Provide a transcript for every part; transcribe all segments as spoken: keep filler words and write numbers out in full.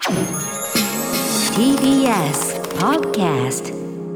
ティービーエス Podcast。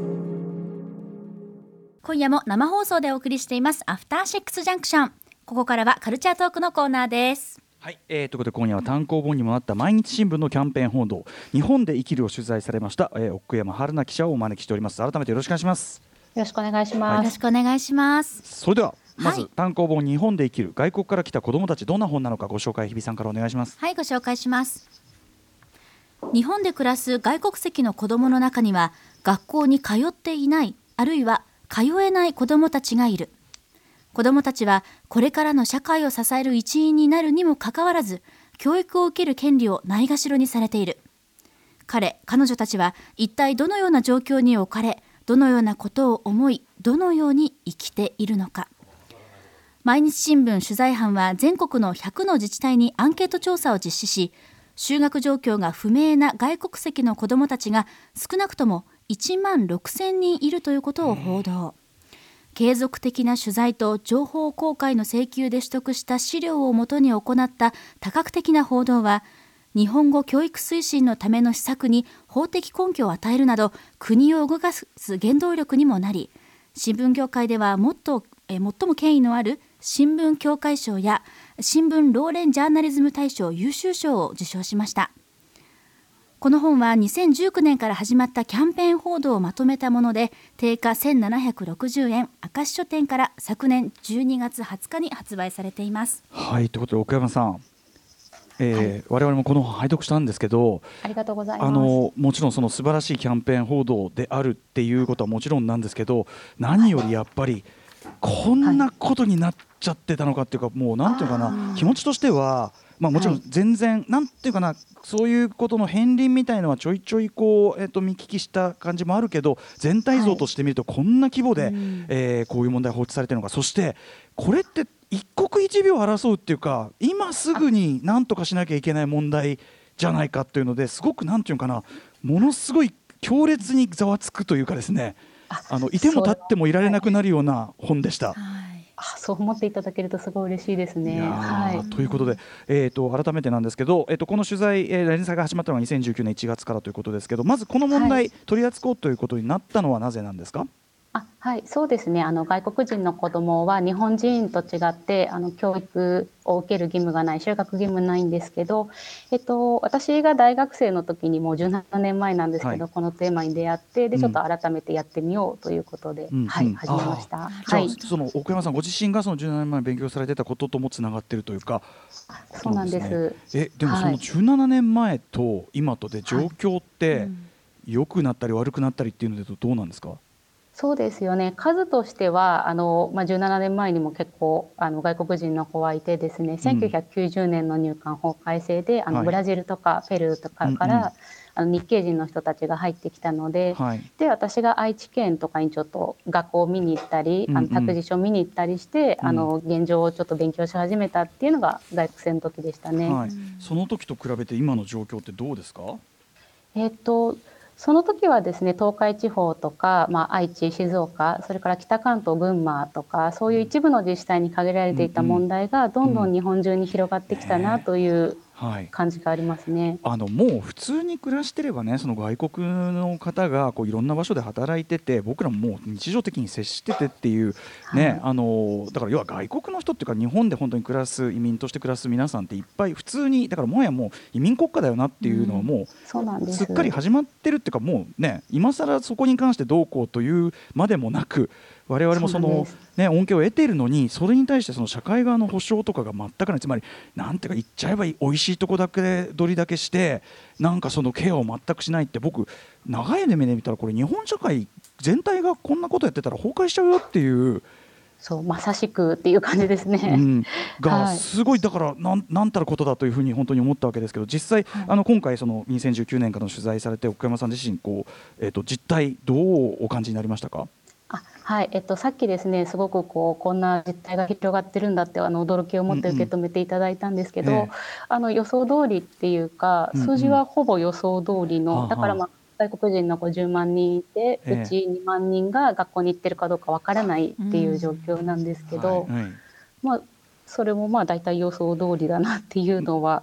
今夜も生放送でお送りしていますアフターシックスジャンクション。ここからはカルチャートークのコーナーです。 はい、えー、ということで今夜は単行本にもなった毎日新聞のキャンペーン報道、日本で生きるを取材されました、えー、奥山春菜記者をお招きしております。改めてよろしくお願いします。 よろしくお願いします、はい、 よろしくお願いします。 それではまず、はい、単行本日本で生きる、外国から来た子どもたち、どんな本なのかご紹介、日比さんからお願いします。 はい、ご紹介します。日本で暮らす外国籍の子どもの中には、学校に通っていない、あるいは通えない子どもたちがいる。子どもたちはこれからの社会を支える一員になるにもかかわらず、教育を受ける権利をないがしろにされている。彼、彼女たちは一体どのような状況に置かれ、どのようなことを思い、どのように生きているのか。毎日新聞取材班は全国のひゃくの自治体にアンケート調査を実施し、就学状況が不明な外国籍の子どもたちが少なくともいちまんろくせんにんいるということを報道。継続的な取材と情報公開の請求で取得した資料をもとに行った多角的な報道は、日本語教育推進のための施策に法的根拠を与えるなど、国を動かす原動力にもなり、新聞業界ではもっとえ最も権威のある新聞協会賞や新聞ローレンジャーナリズム大賞優秀賞を受賞しました。この本はにせんじゅうきゅうねんから始まったキャンペーン報道をまとめたもので、定価せんななひゃくろくじゅうえん、明石書店から昨年じゅうにがつはつかに発売されています。 はい、ということで奥山さん、えーはい、我々もこの本拝読したんですけど、 ありがとうございます。 あのもちろんその素晴らしいキャンペーン報道であるっていうことはもちろんなんですけど、何よりやっぱりこんなことになっちゃってたのかっていうか、もうなんていうかな、気持ちとしては、まあ、もちろん全然、はい、なんていうかな、そういうことの片鱗みたいのはちょいちょいこう、えー、と見聞きした感じもあるけど、全体像として見るとこんな規模で、はい、えー、こういう問題が放置されているのか。そしてこれって一刻一秒争うっていうか、今すぐに何とかしなきゃいけない問題じゃないかっていうので、すごくなんていうかな、ものすごい強烈にざわつくというかですね、あのいても立ってもいられなくなるような本でした。 あ、そう思っていただけるとすごい嬉しいですね。 はい、ということで、えー、と改めてなんですけど、えー、とこの取材、えー、連載が始まったのはにせんじゅうきゅうねんいちがつからということですけど、まずこの問題、はい、取り扱おうということになったのはなぜなんですか？ あ、はい、そうですね。あの外国人の子どもは日本人と違ってあの教育を受ける義務がない、就学義務ないんですけど、えっと、私が大学生の時にもうじゅうななねんまえなんですけど、はい、このテーマに出会って、でちょっと改めてやってみようということで、うんはい、始めました。はい、 その奥山さんご自身がそのじゅうななねんまえ勉強されてたことともつながっているというか。 そうなんです。 えでもそのじゅうななねんまえと今とで状況って良くなったり悪くなったりっていうのでどうなんですか？ そうですよね。数としてはあの、まあ、じゅうななねんまえにも結構あの外国人の子はいてですね、せんきゅうひゃくきゅうじゅうねんの入管法改正であの、はい、ブラジルとかペルーとかから、うんうん、あの日系人の人たちが入ってきたので、はい、で私が愛知県とかにちょっと学校を見に行ったり、うんうん、あの託児所を見に行ったりして、うん、あの現状をちょっと勉強し始めたっていうのが大学生の時でしたね。 はい、その時と比べて今の状況ってどうですか？ えーっとその時はですね、東海地方とか、まあ、愛知、静岡、それから北関東、群馬とか、そういう一部の自治体に限られていた問題がどんどん日本中に広がってきたなという感じがありますね。 はい、あのもう普通に暮らしてればね、その外国の方がこういろんな場所で働いてて、僕らももう日常的に接しててっていう、ね、はい、あのだから要は外国の人っていうか、日本で本当に暮らす移民として暮らす皆さんっていっぱい普通に、だからもはやもう移民国家だよなっていうのはもうすっかり始まってるっていうか、もうね、今更そこに関してどうこうというまでもなく、我々もそのね、恩恵を得ているのに、それに対してその社会側の保障とかが全くない。つまりなんていうか、言っちゃえば美味しいとこだけ取りだけして、なんかそのケアを全くしないって、僕長い目で見たらこれ日本社会全体がこんなことやってたら崩壊しちゃうよっていう、 そうまさしくっていう感じですね、 うん、がすごい、だからなん、なんたることだというふうに本当に思ったわけですけど、実際、はい、あの今回そのにせんじゅうきゅうねんからの取材されて、奥山さん自身こう、えー、と実態どうお感じになりましたか？ あはいえっと、さっきですね、すごくこうこんな実態が広がってるんだってあの驚きを持って受け止めていただいたんですけど、うんうん、あの予想通りっていうか、数字はほぼ予想通りの、うんうん、だから、まあ、外国人のごじゅうまんにんいて、えー、うちにまんにんが学校に行ってるかどうかわからないっていう状況なんですけど、うんはいはい、まあ、それもまあ大体予想通りだなっていうのは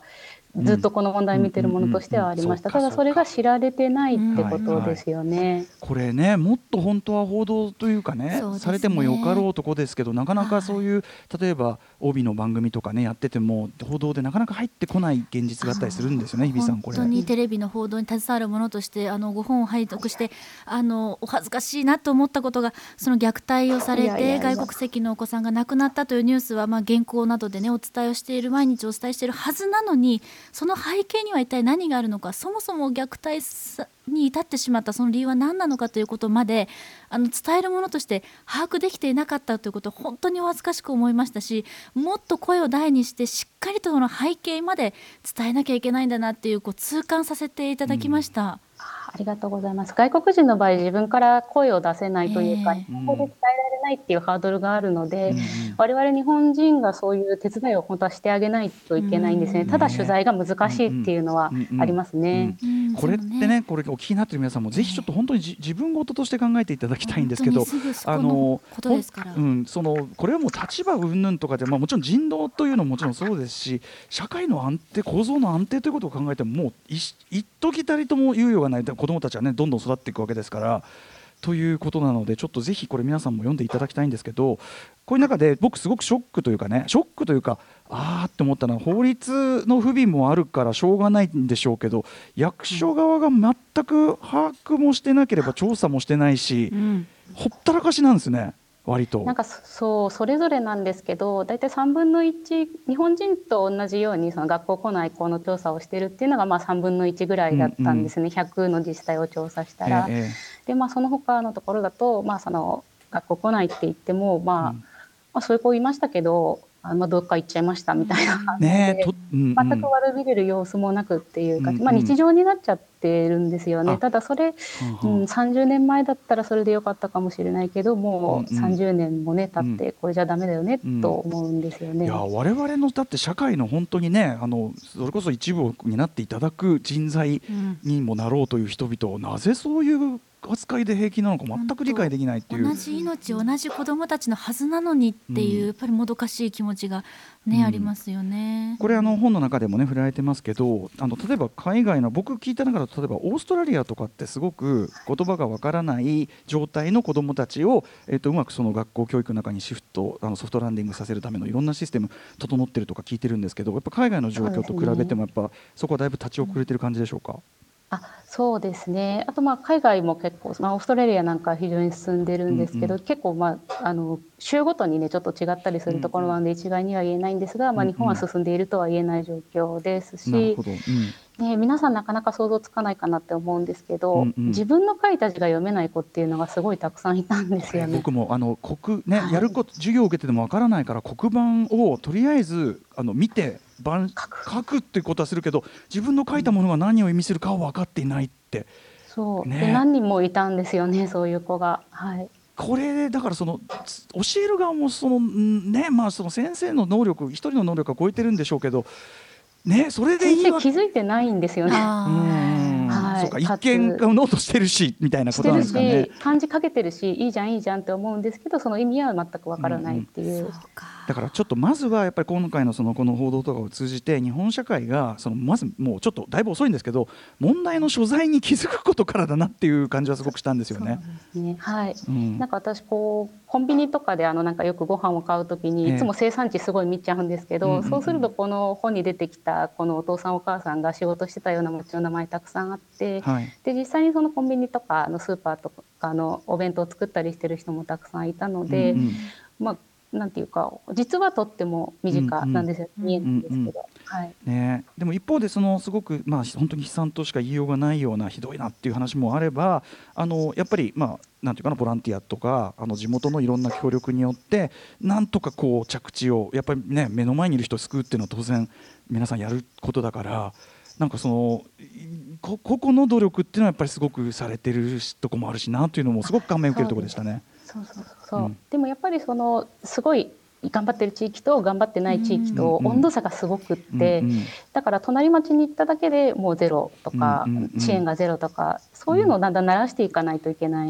ずっとこの問題見てるものとしてはありました。ただそれが知られてないってことですよね。はいはい、 これね、もっと本当は報道というか ね, ねされてもよかろうとこですけど、なかなかそういう、はい、例えば帯の番組とかねやってても報道でなかなか入ってこない現実があったりするんですよね。日比さん、これ本当にテレビの報道に携わるものとしてあのご本を拝読してあのお恥ずかしいなと思ったことが、その虐待をされていやいやいや外国籍のお子さんが亡くなったというニュースは、まあ、原稿などで、ね、お伝えをしている、毎日お伝えしているはずなのに、その背景には一体何があるのか、そもそも虐待に至ってしまったその理由は何なのかということまであの伝えるものとして把握できていなかったということを本当にお恥ずかしく思いましたし、もっと声を大にしてしっかりとその背景まで伝えなきゃいけないんだなっていう、こう痛感させていただきました。うん、 ありがとうございます。外国人の場合、自分から声を出せないというか、日本語で伝えられないっていうハードルがあるので、うん、我々日本人がそういう手伝いを本当はしてあげないといけないんですね。うん、ただ取材が難しいっていうのはありますね。 これってね、これお聞きになっている皆さんもぜひちょっと本当にじ自分事として考えていただきたいんですけど、あのうん、そのこれはもう立場云々とかで、まあ、もちろん人道というのももちろんそうですし、社会の安定、構造の安定ということを考えてももう一時たりとも猶予がない、子どもたちはねどんどん育っていくわけですからということなので、ちょっとぜひこれ皆さんも読んでいただきたいんですけど、こういう中で僕すごくショックというかね、ショックというかあーって思ったのは、法律の不備もあるからしょうがないんでしょうけど、役所側が全く把握もしてなければ調査もしてないし、うん、ほったらかしなんですね。割となんかそうそれぞれなんですけど、大体さんぶんのいち、日本人と同じようにその学校来ない子の調査をしているっていうのがまあさんぶんのいちぐらいだったんですね、うんうん、ひゃくの自治体を調査したら、ええでまあ、その他のところだと、まあ、その学校来ないって言っても、まあうんまあ、そういう子いましたけど、あまあ、どっか行っちゃいましたみたいな感じで、ねうんうん、全く悪びれる様子もなくっていうか、うんうんまあ、日常になっちゃってるんですよね。ただそれ、うん、さんじゅうねんまえだったらそれでよかったかもしれないけど、もうさんじゅうねんもね経ってこれじゃダメだよね、うん、と思うんですよね。 いや我々のだって社会の本当にね、あのそれこそ一部になっていただく人材にもなろうという人々を、なぜそういう扱いで平気なのか全く理解できないっていう、 同じ命同じ子どもたちのはずなのにっていう、うん、やっぱりもどかしい気持ちが、ねうん、ありますよね。 これあの本の中でもね触れられてますけど、あの例えば海外の僕聞いた中だと、例えばオーストラリアとかってすごく言葉がわからない状態の子どもたちを、えー、とうまくその学校教育の中にシフトあのソフトランディングさせるためのいろんなシステム整ってるとか聞いてるんですけど、やっぱ海外の状況と比べてもやっぱそこはだいぶ立ち遅れてる感じでしょうか。 あそうですね。あとまあ海外も結構、まあ、オーストラリアなんか非常に進んでるんですけど、うんうん、結構、まあ、あの州ごとにねちょっと違ったりするところなので一概には言えないんですが、うんうんまあ、日本は進んでいるとは言えない状況ですし、なるほど、うんね、皆さんなかなか想像つかないかなって思うんですけど、うんうん、自分の書いた字が読めない子っていうのがすごいたくさんいたんですよね。 僕もあの国、ねはい、やること授業を受けててもわからないから黒板をとりあえずあの見て書く、書くってことはするけど、自分の書いたものが何を意味するかは分かっていないって、 そう、ね、で何人もいたんですよね、そういう子が。はい、 これだからその教える側もその、ねまあ、その先生の能力一人の能力は超えてるんでしょうけど、ね、それでいいわ先生気づいてないんですよね。 うんはい、そうか一見ノートしてるしみたいなことなんですかね。 してるし漢字書けてるしいいじゃんいいじゃんって思うんですけど、その意味は全くわからないっていう、うんうん、 だからちょっとまずはやっぱり今回のそのこの報道とかを通じて日本社会がそのまずもうちょっとだいぶ遅いんですけど問題の所在に気づくことからだなっていう感じはすごくしたんですよね。 そうですね、はいうん、なんか私こうコンビニとかであのなんかよくご飯を買うときにいつも生産地すごい見ちゃうんですけど、えーうんうんうん、そうするとこの本に出てきたこのお父さんお母さんが仕事してたような町の名前たくさんあって、はい、で実際にそのコンビニとかのスーパーとかのお弁当を作ったりしてる人もたくさんいたので、うんうんまあなんていうか実はとっても身近なんですよ、うんうん、見えないんですけど、うんうんはいね、でも一方でそのすごく、まあ、本当に悲惨としか言いようがないようなひどいなっていう話もあれば、あのやっぱり、まあ、なんていうかなボランティアとかあの地元のいろんな協力によってなんとかこう着地をやっぱり、ね、目の前にいる人を救うっていうのは当然皆さんやることだから、なんかそのこ個々の努力っていうのはやっぱりすごくされてるとこもあるしなというのもすごく感銘を受けるところでしたね。 そうそうそう、うん、でもやっぱりそのすごい頑張ってる地域と頑張ってない地域と温度差がすごくって、うんうん、だから隣町に行っただけでもうゼロとか、うんうんうん、支援がゼロとかそういうのをだんだん慣らしていかないといけない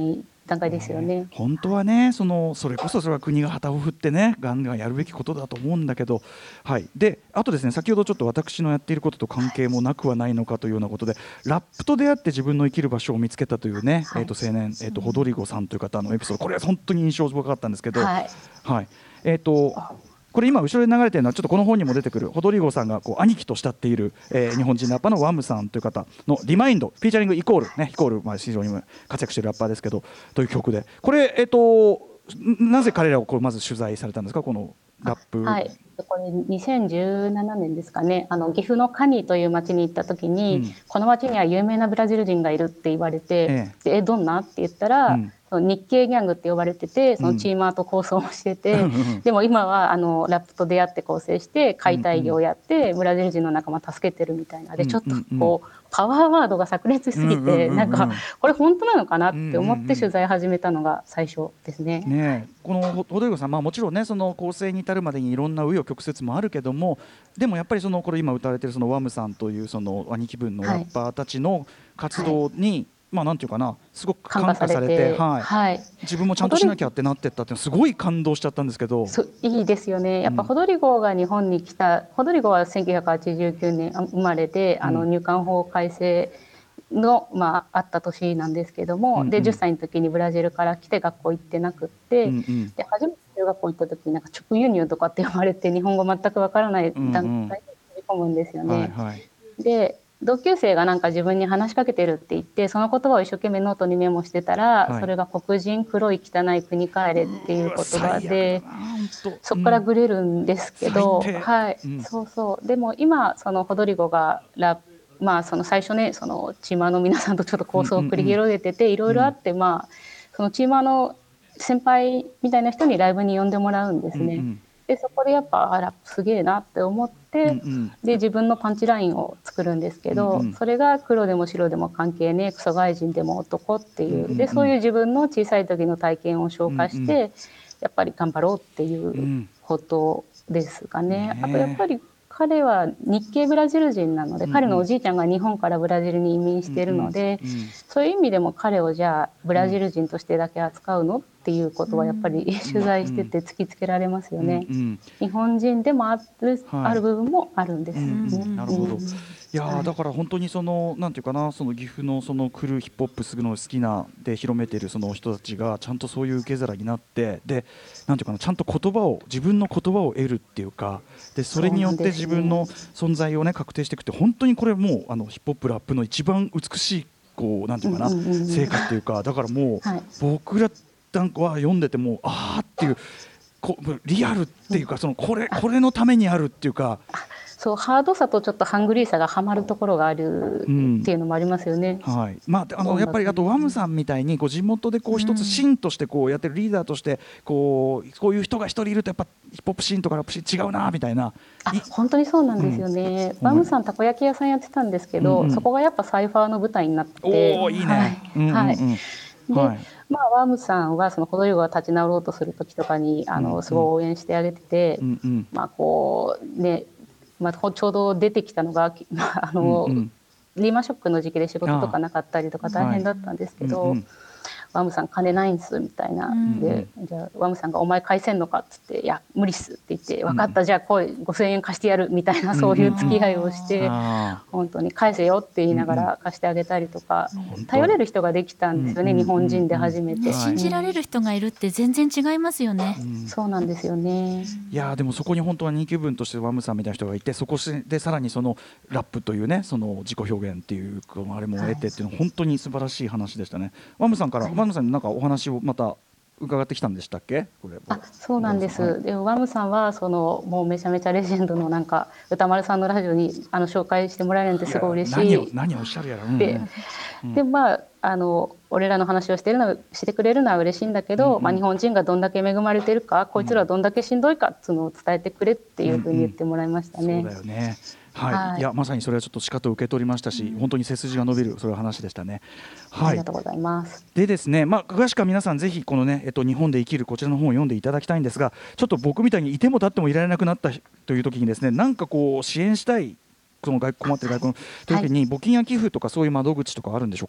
段階ですよね。 本当はね、そのそれこそそれは国が旗を振ってねガンガンやるべきことだと思うんだけど、はい、であとですね、先ほどちょっと私のやっていることと関係もなくはないのかというようなことで、ラップと出会って自分の生きる場所を見つけたというね、はい、えー、と青年、えー、とホドリゴさんという方のエピソード、これは本当に印象深かったんですけど、 はいはい、えーとこれ今後ろで流れているのはちょっとこの本にも出てくるホドリゴさんがこう兄貴と慕っている、えー、日本人ラッパーのワムさんという方のリマインドフィーチャリングイコールねイコール、まあ、非常に活躍しているラッパーですけどという曲で、これ、えー、となぜ彼らをこうまず取材されたんですか、このラップ。 はい、これにせんじゅうななねんですかね、あの岐阜のカニという町に行った時に、うん、この町には有名なブラジル人がいるって言われて、ええ、でえどんなって言ったら、うん、その日系ギャングって呼ばれてて、そのチーマーと抗争もしてて、うん、でも今はあのラップと出会って構成して解体業をやって、うんうん、ブラジル人の仲間助けてるみたいなで、ちょっとこうパワーワードが炸裂しすぎて、なんかこれ本当なのかなって思って取材始めたのが最初ですね。 ねえ、このホドリゴさん、まあ、もちろんねその構成に至るまでにいろんな紆余曲折もあるけども、でもやっぱりそのこれ今歌われているそのワムさんというその兄貴分のラッパーたちの活動に、はい、まあなんていうかな、すごく感化されて、はいはい、自分もちゃんとしなきゃってなってったっていうのすごい感動しちゃったんですけど。 そういいですよね。やっぱホドリゴが日本に来た、うん、ホドリゴはせんきゅうひゃくはちじゅうきゅうねん生まれで、あの入管法改正の、まあ、あった年なんですけども、うんうん、でじゅっさいの時にブラジルから来て学校行ってなくって、うんうん、で初めて中学校行った時になんか直輸入とかって呼ばれて日本語全くわからない段階で飛び込むんですよね。はいはい、で同級生がなんか自分に話しかけてるって言ってその言葉を一生懸命ノートにメモしてたら、はい、それが黒人黒い汚い国帰れっていう言葉で、そこからグレるんですけど、うんはいうん、そうそうでも今そのホドリゴがラップまあ、その最初ねそのチーマーの皆さんとちょっと構想を繰り広げてていろいろあって、まあ、そのチーマーの先輩みたいな人にライブに呼んでもらうんですね。うんうん、でそこでやっぱラップすげえなって思って、うんうん、で自分のパンチラインを作るんですけど、うんうん、それが黒でも白でも関係ねえクソ外人でも男っていう、うんうん、でそういう自分の小さい時の体験を紹介して、うんうん、やっぱり頑張ろうっていうことですかね。うん、あとやっぱり彼は日系ブラジル人なので、うんうん、彼のおじいちゃんが日本からブラジルに移民しているので、うんうんうん、そういう意味でも彼をじゃあブラジル人としてだけ扱うのっていうことはやっぱり取材してて突きつけられますよね。うんうん、日本人でもある、はい、ある部分もあるんですよね。うんうん、 なるほど。いや、はい、だから本当にそのなんていうかな、その岐阜のその来るヒップホップするの好きなで広めているその人たちがちゃんとそういう受け皿になって、でなんていうかな、ちゃんと言葉を自分の言葉を得るっていうか、でそれによって自分の存在をね確定していくって、本当にこれもうあのヒップホップラップの一番美しいこうなんていうかな、うんうんうん、成果っていうか、だからもう、はい、僕らなんかは読んでてもああっていうこリアルっていうか、そのこれこれのためにあるっていうか。 そうハードさとちょっとハングリーさがはまるところがあるっていうのもありますよね。 うんはいまあ、あのやっぱりあとワムさんみたいにこう地元でこう一つシーンとしてこうやってるリーダーとしてこうこういう人が一人いるとやっぱヒップホップシーンとかラップシーン違うなみたいな。 あ本当にそうなんですよね。うん、ワムさんたこ焼き屋さんやってたんですけど、うんうん、そこがやっぱサイファーの舞台になってて、 おーいいね。 はいではいまあ、ワムさんはそのホドリゴが立ち直ろうとする時とかにあのすごい応援してあげてて、うんうんまあこうねまあ、ちょうど出てきたのが、まああのうんうん、リーマンショックの時期で仕事とかなかったりとか大変だったんですけど、はいうんうん、ワムさん金ないんすみたいな、うん、でじゃあワムさんがお前返せんのかっつっていや無理っすって言って分かった、うん、じゃあ来いごせんえん貸してやるみたいなそういう付き合いをして、うんうん、本当に返せよって言いながら貸してあげたりとか、うん、頼れる人ができたんですよね、うん、日本人で初めて、 ね、信じられる人がいるって全然違いますよね、 うん、そうなんですよね。 いやでもそこに本当は人気分としてワムさんみたいな人がいて、そこでさらにそのラップというねその自己表現っていうあれも得てっていうのは本当に素晴らしい話でしたね。ワムさんから、はい、ワムさんになんかお話をまた伺ってきたんでしたっけ？これあそうなんです、はい、でワムさんはそのもうめちゃめちゃレジェンドのなんか歌丸さんのラジオにあの紹介してもらえるなんてすごい嬉しい。 何を何をおっしゃるやら、うん、 で、うん、でまああの俺らの話をしてるのしてくれるのは嬉しいんだけど、うんうんまあ、日本人がどんだけ恵まれてるか、うん、こいつらどんだけしんどいかっていうのを伝えてくれっていうふうに言ってもらいましたね。うんうん、 そうだよね。はいはい、いやまさにそれはちょっとしかと受け取りましたし、うん、本当に背筋が伸びるそういう話でしたね。 はい、ありがとうございます。 でですね、まあ、詳しくは皆さんぜひこのね、えっと、日本で生きるこちらの本を読んでいただきたいんですが、ちょっと僕みたいにいても立ってもいられなくなったという時にですね、なんかこう支援したいその外困っている外国という時に、はい、募金や寄付とかそういう窓口とかあるんでしょうか？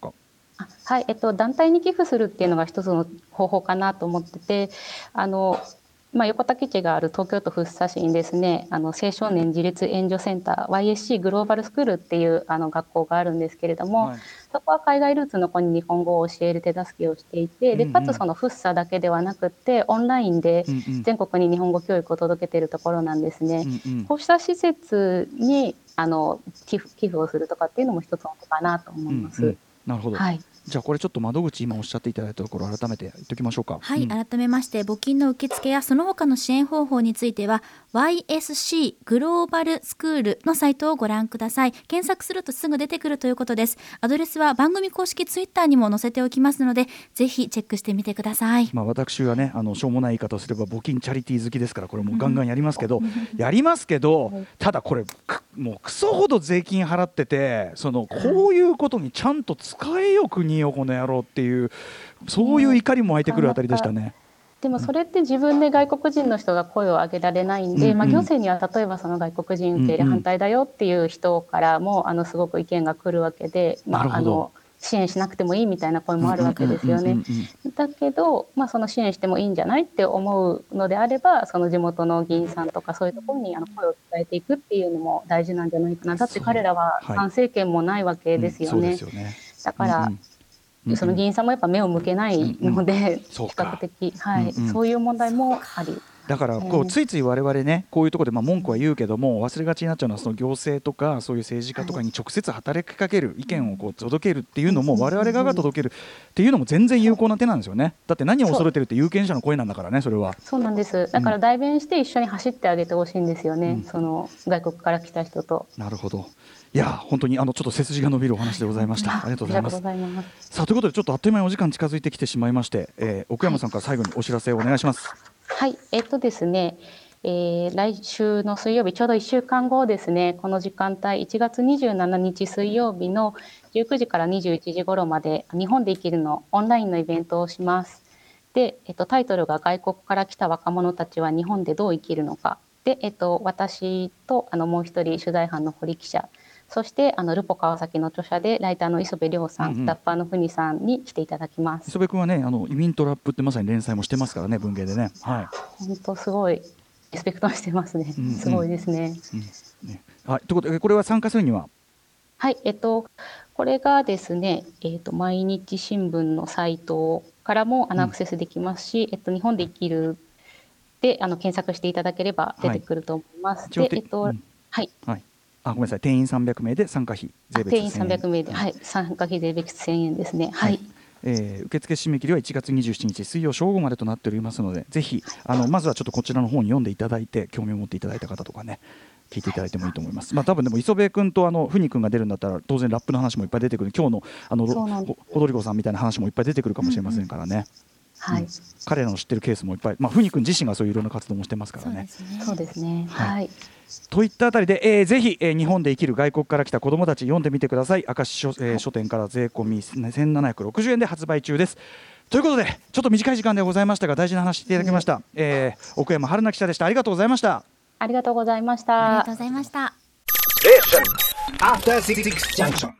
あはい、えっと、団体に寄付するっていうのが一つの方法かなと思ってて、あのまあ、横田基地がある東京都福生市にですね、あの青少年自立援助センター ワイエスシー グローバルスクールっていうあの学校があるんですけれども、はい、そこは海外ルーツの子に日本語を教える手助けをしていて、でかつその福生だけではなくてオンラインで全国に日本語教育を届けているところなんですね、うんうん、こうした施設にあの寄付、寄付をするとかっていうのも一つの手かなと思います、うんうん、 なるほど、はい、じゃあこれちょっと窓口今おっしゃっていただいたところ改めて言っておきましょうか。 はい、 うん、 改めまして募金の受付やその他の支援方法については ワイエスシー グローバルスクールのサイトをご覧ください。検索するとすぐ出てくるということです。アドレスは番組公式ツイッターにも載せておきますのでぜひチェックしてみてください。 まあ、私はねあのしょうもない言い方をすれば募金チャリティー好きですからこれもうガンガンやりますけど、うん、やりますけどただこれもうクソほど税金払っててそのこういうことにちゃんと使えよ国よこの野郎っていうそういう怒りも湧いてくるあたりでしたね。 でもそれって自分で外国人の人が声を上げられないんで、うんうん、まあ、行政には例えばその外国人受け入れ反対だよっていう人からもあのすごく意見が来るわけで、まあ、あの支援しなくてもいいみたいな声もあるわけですよね。だけど、まあ、その支援してもいいんじゃないって思うのであればその地元の議員さんとかそういうところにあの声を伝えていくっていうのも大事なんじゃないかな。だって彼らは参政権もないわけですよね。だから、うんうんその議員さんもやっぱ目を向けないので、うんうん、比較的、はいうんうん、そういう問題もありだからこうついつい我々ねこういうところでまあ文句は言うけども忘れがちになっちゃうのはその行政とかそういう政治家とかに直接働きかける意見をこう届けるっていうのも我々側が届けるっていうのも全然有効な手なんですよね。だって何を恐れてるって有権者の声なんだからね。それはそうなんです。だから代弁して一緒に走ってあげてほしいんですよね、うん、その外国から来た人と。 なるほど。いや本当にあのちょっと背筋が伸びるお話でございました。ありがとうございます。さあということでちょっとあっという間にお時間近づいてきてしまいまして、えー、奥山さんから最後にお知らせをお願いします。 はい、えっとですね、えー、来週の水曜日ちょうどいっしゅうかんごですね、この時間帯いちがつにじゅうしちにち水曜日のじゅうくじからにじゅういちじ頃まで日本で生きるのオンラインのイベントをします。で、えっと、タイトルが外国から来た若者たちは日本でどう生きるのかで、えっと、私とあのもう一人取材班の堀記者そしてあのルポ川崎の著者でライターの磯部亮さん、うんうん、ラッパーのふにさんに来ていただきます。 磯部君はねあの移民とラップってまさに連載もしてますからね文芸でね、はい、 本当すごいリスペクトしてますね、うんうん、すごいですね、 うんねはい、ということでこれは参加するにははいえっとこれがですね、えっと、毎日新聞のサイトからもアクセスできますし、うんえっと、日本で生きるであの検索していただければ出てくると思います、はいでえっとうんはいはいあごめんなさい定員さんびゃくめいで参加費税別せんえん定員さんびゃくめいで、はい、参加費税別せんえんですね。はい、はいえー、受付締め切りはいちがつにじゅうしちにち水曜正午までとなっておりますのでぜひあのまずはちょっとこちらの方に読んでいただいて興味を持っていただいた方とかね聞いていただいてもいいと思います。まあ多分でも磯部君とあのふに君が出るんだったら当然ラップの話もいっぱい出てくる今日のあのほどりこさんみたいな話もいっぱい出てくるかもしれませんからね、うんうんはい、うん、彼らの知ってるケースもいっぱい、まあ、ふに君自身がそういういろんな活動もしてますからね。 そうですね、はいはい、 といったあたりで、えー、ぜひ、えー、日本で生きる外国から来た子どもたち読んでみてください。明石書、えー、書店から税込みせんななひゃくろくじゅうえんで発売中です。ということでちょっと短い時間でございましたが大事な話していただきました、うんえー、奥山春菜記者でした。ありがとうございました。 ありがとうございました。 ありがとうございました。